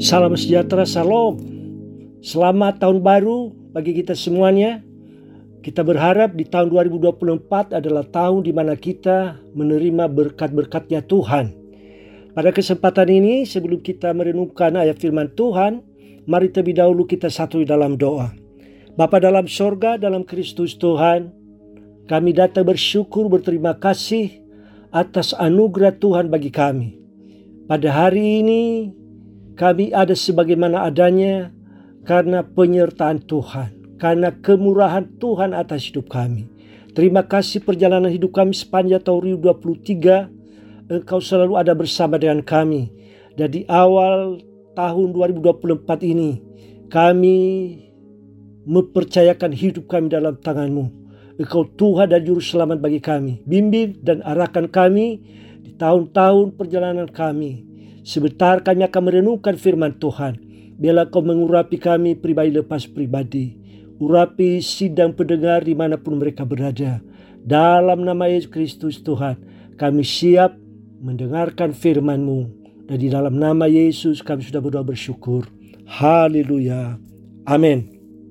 Salam sejahtera, salam. Selamat tahun baru bagi kita semuanya. Kita berharap di tahun 2024 adalah tahun di mana kita menerima berkat-berkat-Nya Tuhan. Pada kesempatan ini, sebelum kita merenungkan ayat firman Tuhan, mari terlebih dahulu kita satu dalam doa. Bapa dalam sorga, dalam Kristus Tuhan, kami datang bersyukur, berterima kasih atas anugerah Tuhan bagi kami. Pada hari ini, kami ada sebagaimana adanya karena penyertaan Tuhan, karena kemurahan Tuhan atas hidup kami. Terima kasih perjalanan hidup kami sepanjang tahun 2023. Engkau selalu ada bersama dengan kami. Dan di awal tahun 2024 ini, kami mempercayakan hidup kami dalam tangan-Mu. Engkau Tuhan dan Juru Selamat bagi kami. Bimbing dan arahkan kami di tahun-tahun perjalanan kami. Sebentar kami akan merenungkan firman Tuhan. Biarlah Kau mengurapi kami pribadi lepas pribadi. Urapi sidang pendengar dimanapun mereka berada. Dalam nama Yesus Kristus Tuhan, kami siap mendengarkan firman-Mu. Dan di dalam nama Yesus kami sudah berdoa bersyukur. Haleluya. Amin.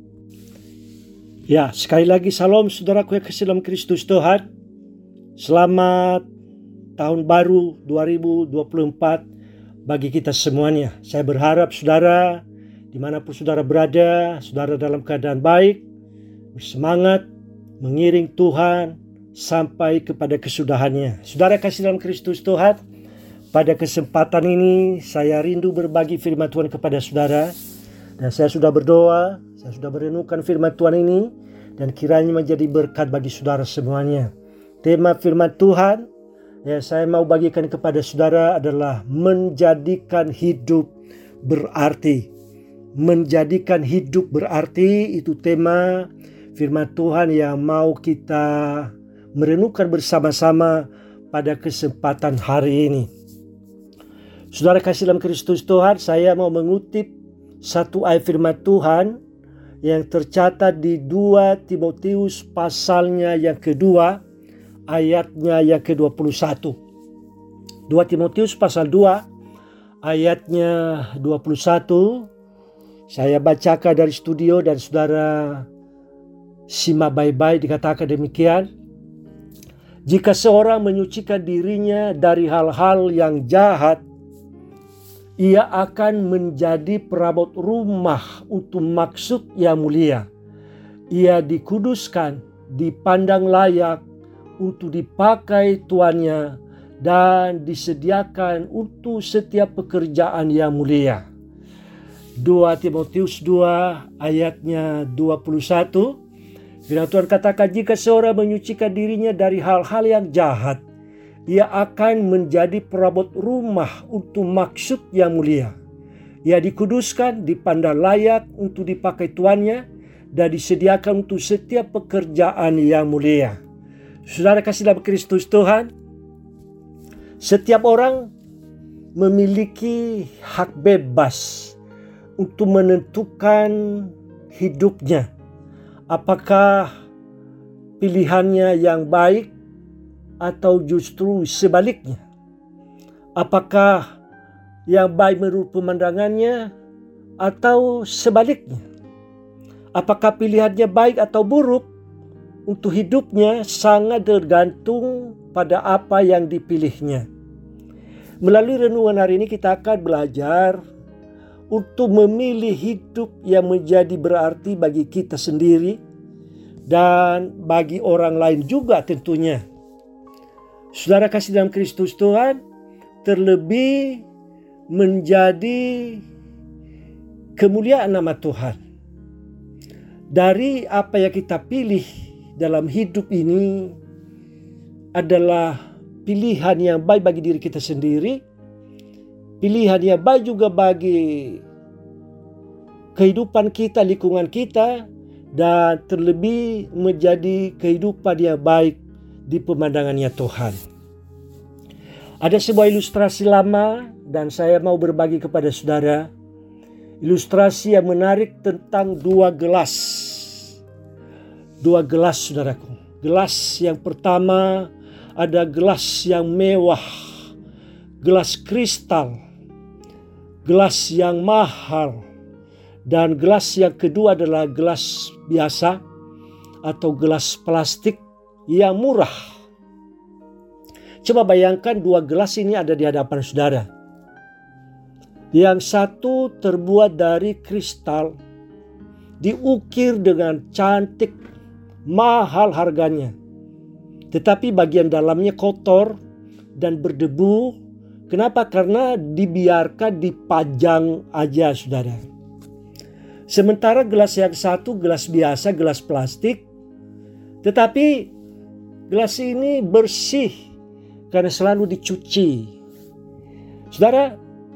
Ya, sekali lagi salam saudaraku yang kasih dalam Kristus Tuhan. Selamat tahun baru 2024 bagi kita semuanya. Saya berharap saudara, dimanapun saudara berada, saudara dalam keadaan baik, bersemangat, mengiring Tuhan sampai kepada kesudahannya. Saudara kasih dalam Kristus Tuhan, pada kesempatan ini saya rindu berbagi firman Tuhan kepada saudara. Dan saya sudah berdoa, saya sudah merenungkan firman Tuhan ini, dan kiranya menjadi berkat bagi saudara semuanya. Tema firman Tuhan yang saya mau bagikan kepada saudara adalah menjadikan hidup berarti. Menjadikan hidup berarti, itu tema firman Tuhan yang mau kita merenungkan bersama-sama pada kesempatan hari ini. Saudara kasih dalam Kristus Tuhan, saya mau mengutip satu ayat firman Tuhan yang tercatat di 2 Timotius pasalnya yang kedua, ayatnya yang ke-21. 2 Timotius pasal 2 ayatnya 21. Saya bacakan dari studio dan saudara simak baik-baik. Dikatakan demikian. Jika seorang menyucikan dirinya dari hal-hal yang jahat, ia akan menjadi perabot rumah untuk maksud yang mulia. Ia dikuduskan, dipandang layak untuk dipakai tuannya, dan disediakan untuk setiap pekerjaan yang mulia. 2 Timotius 2 ayatnya 21. Firman Tuhan katakan, jika seorang menyucikan dirinya dari hal-hal yang jahat, ia akan menjadi perabot rumah untuk maksud yang mulia. Ia dikuduskan, dipandang layak untuk dipakai tuannya, dan disediakan untuk setiap pekerjaan yang mulia. Saudara kasih dalam Kristus Tuhan, setiap orang memiliki hak bebas untuk menentukan hidupnya. Apakah pilihannya yang baik atau justru sebaliknya? Apakah yang baik menurut pemandangannya atau sebaliknya? Apakah pilihannya baik atau buruk? Untuk hidupnya sangat tergantung pada apa yang dipilihnya. Melalui renungan hari ini kita akan belajar untuk memilih hidup yang menjadi berarti bagi kita sendiri dan bagi orang lain juga tentunya. Saudara kasih dalam Kristus Tuhan, terlebih menjadi kemuliaan nama Tuhan. Dari apa yang kita pilih dalam hidup ini adalah pilihan yang baik bagi diri kita sendiri, pilihan yang baik juga bagi kehidupan kita, lingkungan kita, dan terlebih menjadi kehidupan yang baik di pemandangannya Tuhan. Ada sebuah ilustrasi lama dan saya mau berbagi kepada saudara. Ilustrasi yang menarik tentang dua gelas. Dua gelas saudaraku. Gelas yang pertama ada gelas yang mewah, gelas kristal. gelas yang mahal. Dan gelas yang kedua adalah gelas biasa atau gelas plastik yang murah. Coba bayangkan dua gelas ini ada di hadapan saudara. Yang satu terbuat dari kristal, diukir dengan cantik, mahal harganya. Tetapi bagian dalamnya kotor dan berdebu. Kenapa? Karena dibiarkan dipajang aja, saudara. Sementara gelas yang satu gelas biasa, gelas plastik. Tetapi gelas ini bersih karena selalu dicuci. Saudara,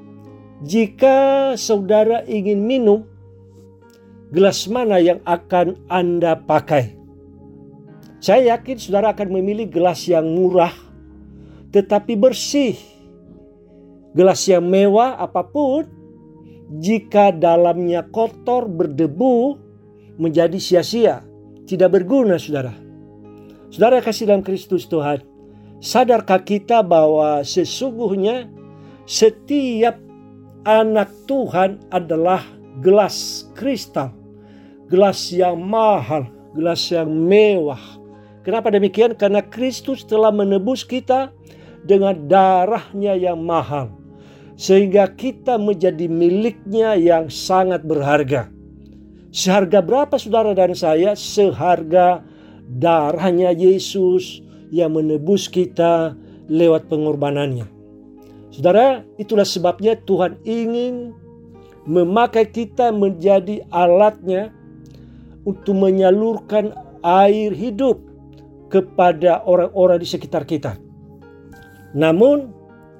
jika saudara ingin minum, gelas mana yang akan Anda pakai? Saya yakin saudara akan memilih gelas yang murah tetapi bersih. Gelas yang mewah apapun, jika dalamnya kotor, berdebu, menjadi sia-sia, tidak berguna, saudara. Saudara kasih dalam Kristus Tuhan, sadarkah kita bahwa sesungguhnya setiap anak Tuhan adalah gelas kristal, gelas yang mahal, gelas yang mewah. Kenapa demikian? Karena Kristus telah menebus kita dengan darahnya yang mahal, sehingga kita menjadi miliknya yang sangat berharga. Seharga berapa saudara dan saya? Seharga darahnya Yesus yang menebus kita lewat pengorbanannya. Saudara, itulah sebabnya Tuhan ingin memakai kita menjadi alatnya untuk menyalurkan air hidup kepada orang-orang di sekitar kita. Namun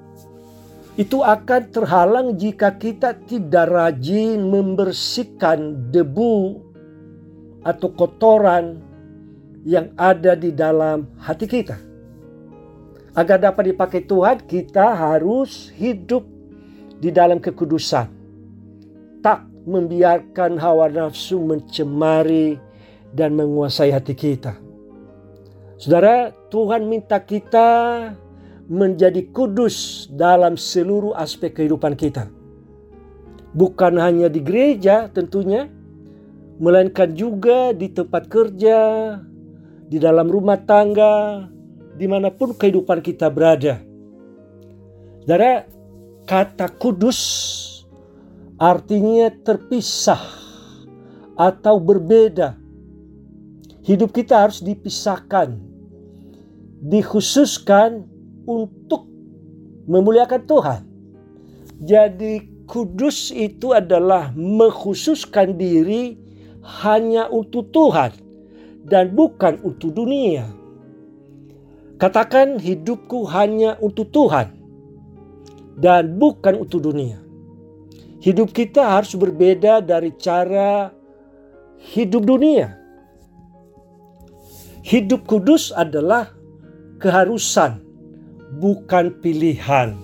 itu akan terhalang jika kita tidak rajin membersihkan debu atau kotoran yang ada di dalam hati kita. Agar dapat dipakai Tuhan, kita harus hidup di dalam kekudusan. Tak membiarkan hawa nafsu mencemari dan menguasai hati kita. Saudara, Tuhan minta kita menjadi kudus dalam seluruh aspek kehidupan kita. Bukan hanya di gereja tentunya, melainkan juga di tempat kerja, di dalam rumah tangga, dimanapun kehidupan kita berada. Saudara, kata kudus artinya terpisah atau berbeda. Hidup kita harus dipisahkan, dikhususkan untuk memuliakan Tuhan. Jadi kudus itu adalah mengkhususkan diri hanya untuk Tuhan dan bukan untuk dunia. Katakan, hidupku hanya untuk Tuhan dan bukan untuk dunia. Hidup kita harus berbeda dari cara hidup dunia. Hidup kudus adalah keharusan, bukan pilihan.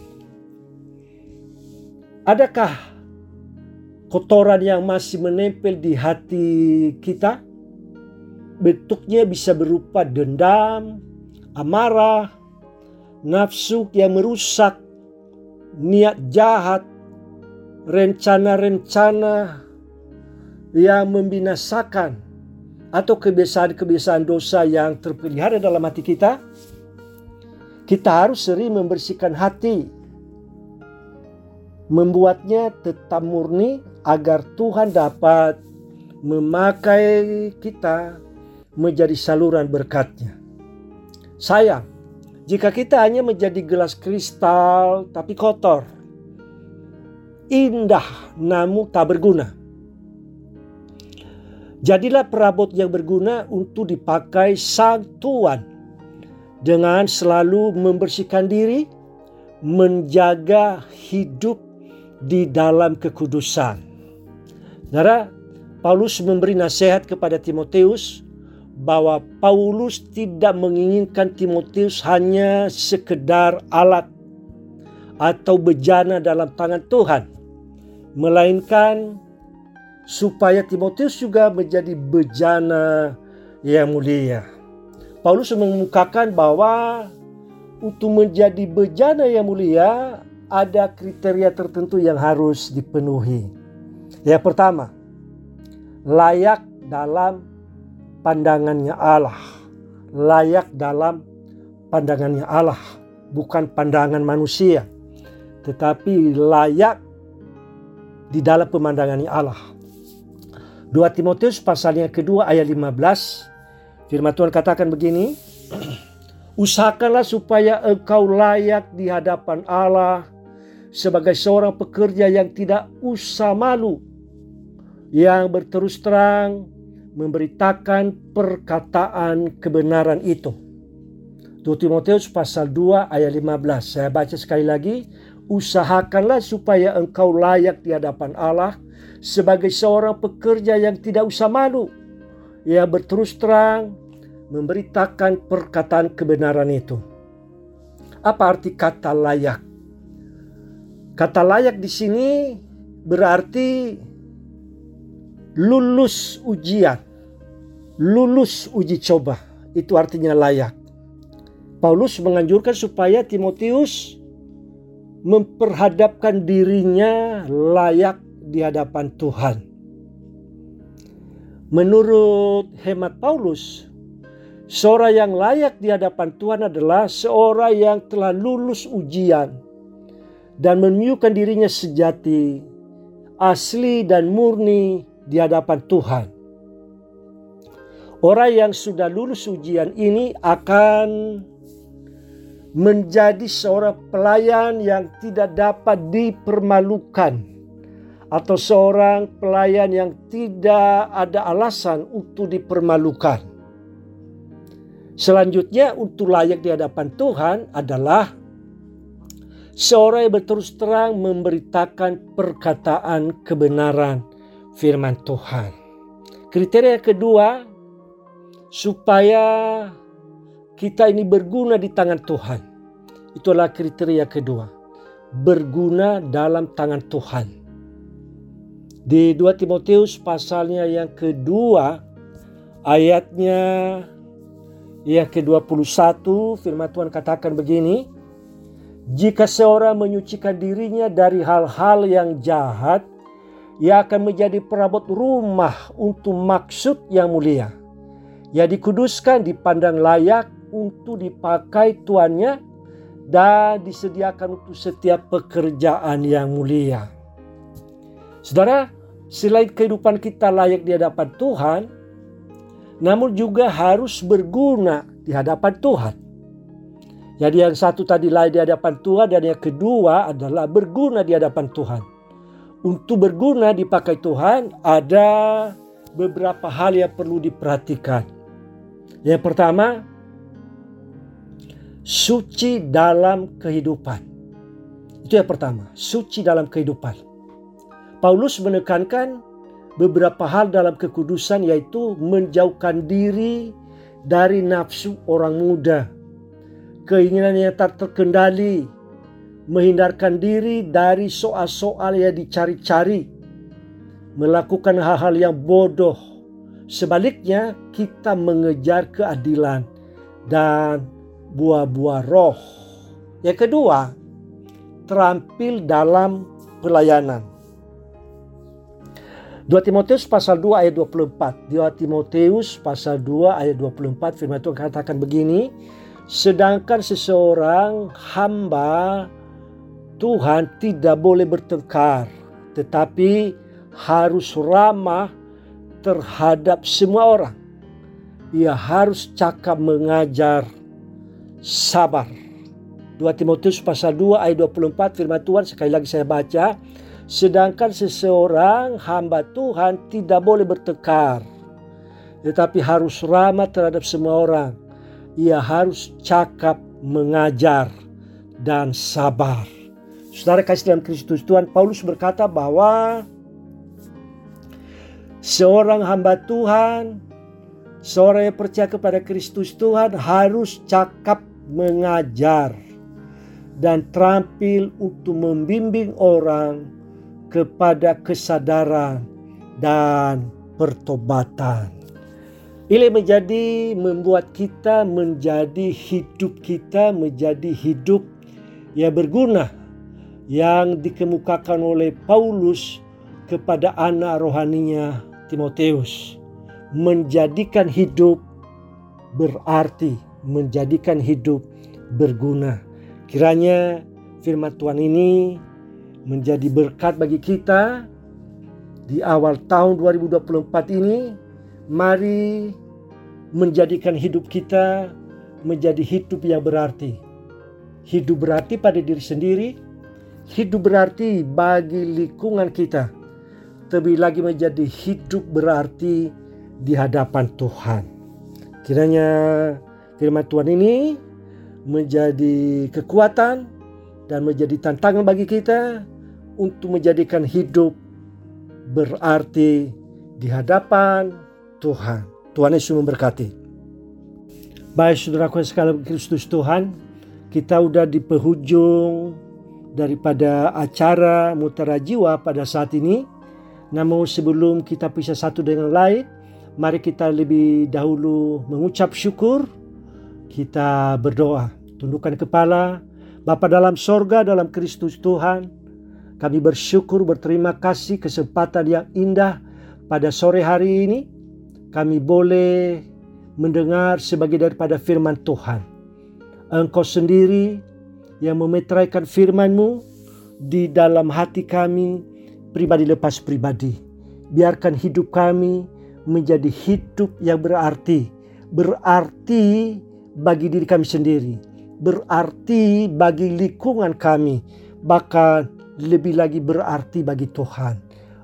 Adakah kotoran yang masih menempel di hati kita? Bentuknya bisa berupa dendam, amarah, nafsu yang merusak, niat jahat, rencana-rencana yang membinasakan, atau kebiasaan-kebiasaan dosa yang terpelihara dalam hati kita. Kita harus sering membersihkan hati, membuatnya tetap murni agar Tuhan dapat memakai kita menjadi saluran berkat-Nya. Sayang, jika kita hanya menjadi gelas kristal tapi kotor, indah namun tak berguna. Jadilah perabot yang berguna untuk dipakai Sang Tuhan dengan selalu membersihkan diri, menjaga hidup di dalam kekudusan. Saudara, Paulus memberi nasihat kepada Timotius bahwa Paulus tidak menginginkan Timotius hanya sekedar alat atau bejana dalam tangan Tuhan, melainkan supaya Timotius juga menjadi bejana yang mulia. Paulus mengemukakan bahwa untuk menjadi bejana yang mulia ada kriteria tertentu yang harus dipenuhi. Yang pertama, layak dalam pandangannya Allah. Layak dalam pandangannya Allah, bukan pandangan manusia, tetapi layak di dalam pemandangannya Allah. 2 Timotius pasal yang kedua ayat 15, firman Tuhan katakan begini, usahakanlah supaya engkau layak di hadapan Allah sebagai seorang pekerja yang tidak usah malu, yang berterus terang memberitakan perkataan kebenaran itu. 2 Timotius pasal 2 ayat 15. Saya baca sekali lagi. Usahakanlah supaya engkau layak di hadapan Allah sebagai seorang pekerja yang tidak usah malu, yang berterus terang memberitakan perkataan kebenaran itu. Apa arti kata layak? Kata layak di sini berarti lulus ujian, lulus uji coba. Itu artinya layak. Paulus menganjurkan supaya Timotius memperhadapkan dirinya layak di hadapan Tuhan. Menurut hemat Paulus, seorang yang layak di hadapan Tuhan adalah seorang yang telah lulus ujian dan menunjukkan dirinya sejati, asli dan murni di hadapan Tuhan. Orang yang sudah lulus ujian ini akan menjadi seorang pelayan yang tidak dapat dipermalukan, atau seorang pelayan yang tidak ada alasan untuk dipermalukan. Selanjutnya, untuk layak di hadapan Tuhan adalah seorang yang berterus terang memberitakan perkataan kebenaran firman Tuhan. Kriteria kedua, supaya kita ini berguna di tangan Tuhan. Itulah kriteria kedua. Berguna dalam tangan Tuhan. Di 2 Timotius pasalnya yang kedua, ayatnya yang ke-21, firman Tuhan katakan begini, jika seorang menyucikan dirinya dari hal-hal yang jahat, ia akan menjadi perabot rumah untuk maksud yang mulia. Ia dikuduskan, dipandang layak untuk dipakai tuannya, dan disediakan untuk setiap pekerjaan yang mulia. Saudara, selain kehidupan kita layak di hadapan Tuhan, namun juga harus berguna di hadapan Tuhan. Jadi yang satu tadi layak di hadapan Tuhan, dan yang kedua adalah berguna di hadapan Tuhan. Untuk berguna dipakai Tuhan, ada beberapa hal yang perlu diperhatikan. Yang pertama, suci dalam kehidupan. Itu yang pertama, suci dalam kehidupan. Paulus menekankan beberapa hal dalam kekudusan, yaitu menjauhkan diri dari nafsu orang muda, keinginan yang tak terkendali, menghindarkan diri dari soal-soal yang dicari-cari, melakukan hal-hal yang bodoh. Sebaliknya, kita mengejar keadilan dan buah-buah roh. Yang kedua, terampil dalam pelayanan. 2 Timotius pasal 2 ayat 24. 2 Timotius pasal 2 ayat 24, firman Tuhan katakan begini, sedangkan seseorang hamba Tuhan tidak boleh bertengkar, tetapi harus ramah terhadap semua orang. Ia harus cakap mengajar, sabar. 2 Timotius pasal 2 ayat 24, firman Tuhan sekali lagi saya baca. Sedangkan seseorang hamba Tuhan tidak boleh bertengkar, tetapi harus ramah terhadap semua orang. Ia harus cakap mengajar dan sabar. Saudara kasih dalam Kristus Tuhan, Paulus berkata bahwa seorang hamba Tuhan, seorang yang percaya kepada Kristus Tuhan harus cakap mengajar dan terampil untuk membimbing orang kepada kesadaran dan pertobatan. Ini membuat kita menjadi hidup yang berguna yang dikemukakan oleh Paulus kepada anak rohaninya Timoteus. Menjadikan hidup berarti, menjadikan hidup berguna. Kiranya firman Tuhan ini menjadi berkat bagi kita di awal tahun 2024 ini. Mari menjadikan hidup kita menjadi hidup yang berarti. Hidup berarti pada diri sendiri, hidup berarti bagi lingkungan kita, terlebih lagi menjadi hidup berarti di hadapan Tuhan. Kiranya firman Tuhan ini menjadi kekuatan dan menjadi tantangan bagi kita untuk menjadikan hidup berarti di hadapan Tuhan. Tuhan Yesus memberkati. Baik saudaraku sekalian Kristus Tuhan, kita udah di penghujung daripada acara Mutiara Jiwa pada saat ini. Namun sebelum kita pisah satu dengan lain, mari kita lebih dahulu mengucap syukur. Kita berdoa. Tundukkan kepala. Bapa dalam sorga, dalam Kristus Tuhan, kami bersyukur, berterima kasih kesempatan yang indah pada sore hari ini. Kami boleh mendengar sebagai daripada firman Tuhan. Engkau sendiri yang memeteraikan firman-Mu di dalam hati kami, pribadi lepas pribadi. Biarkan hidup kami menjadi hidup yang berarti. Berarti bagi diri kami sendiri. Berarti bagi lingkungan kami. Bahkan lebih lagi berarti bagi Tuhan.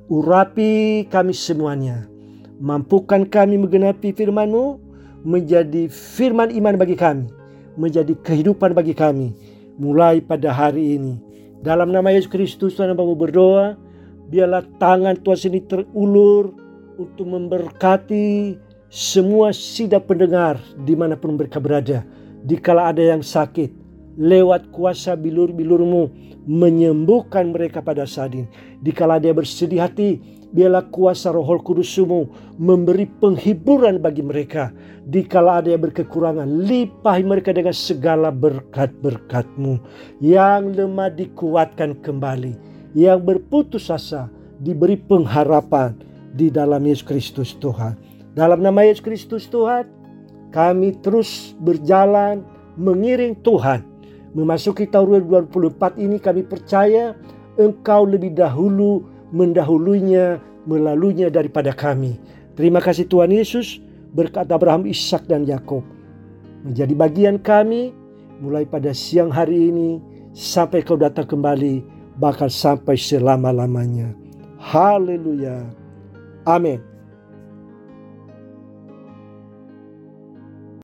Urapi kami semuanya. Mampukan kami menggenapi firman-Mu menjadi firman iman bagi kami, menjadi kehidupan bagi kami mulai pada hari ini. Dalam nama Yesus Kristus Tuhan Bapa berdoa, biarlah tangan Tuhan sini terulur untuk memberkati semua sidang pendengar dimanapun mereka berada. Dikala ada yang sakit, lewat kuasa bilur-bilur-Mu menyembuhkan mereka pada saat ini. Dikala dia bersedih hati, biarlah kuasa Roh Kudus-Mu memberi penghiburan bagi mereka. Dikala ada yang berkekurangan, limpahi mereka dengan segala berkat-berkat-Mu. Yang lemah dikuatkan kembali, yang berputus asa diberi pengharapan di dalam Yesus Kristus Tuhan. Dalam nama Yesus Kristus Tuhan, kami terus berjalan mengiring Tuhan. Memasuki tahun 2024 ini kami percaya Engkau lebih dahulu mendahulunya, melaluinya daripada kami. Terima kasih Tuhan Yesus, berkat Abraham, Ishak dan Yakub menjadi bagian kami mulai pada siang hari ini sampai Kau datang kembali, bahkan sampai selama-lamanya. Haleluya. Amin.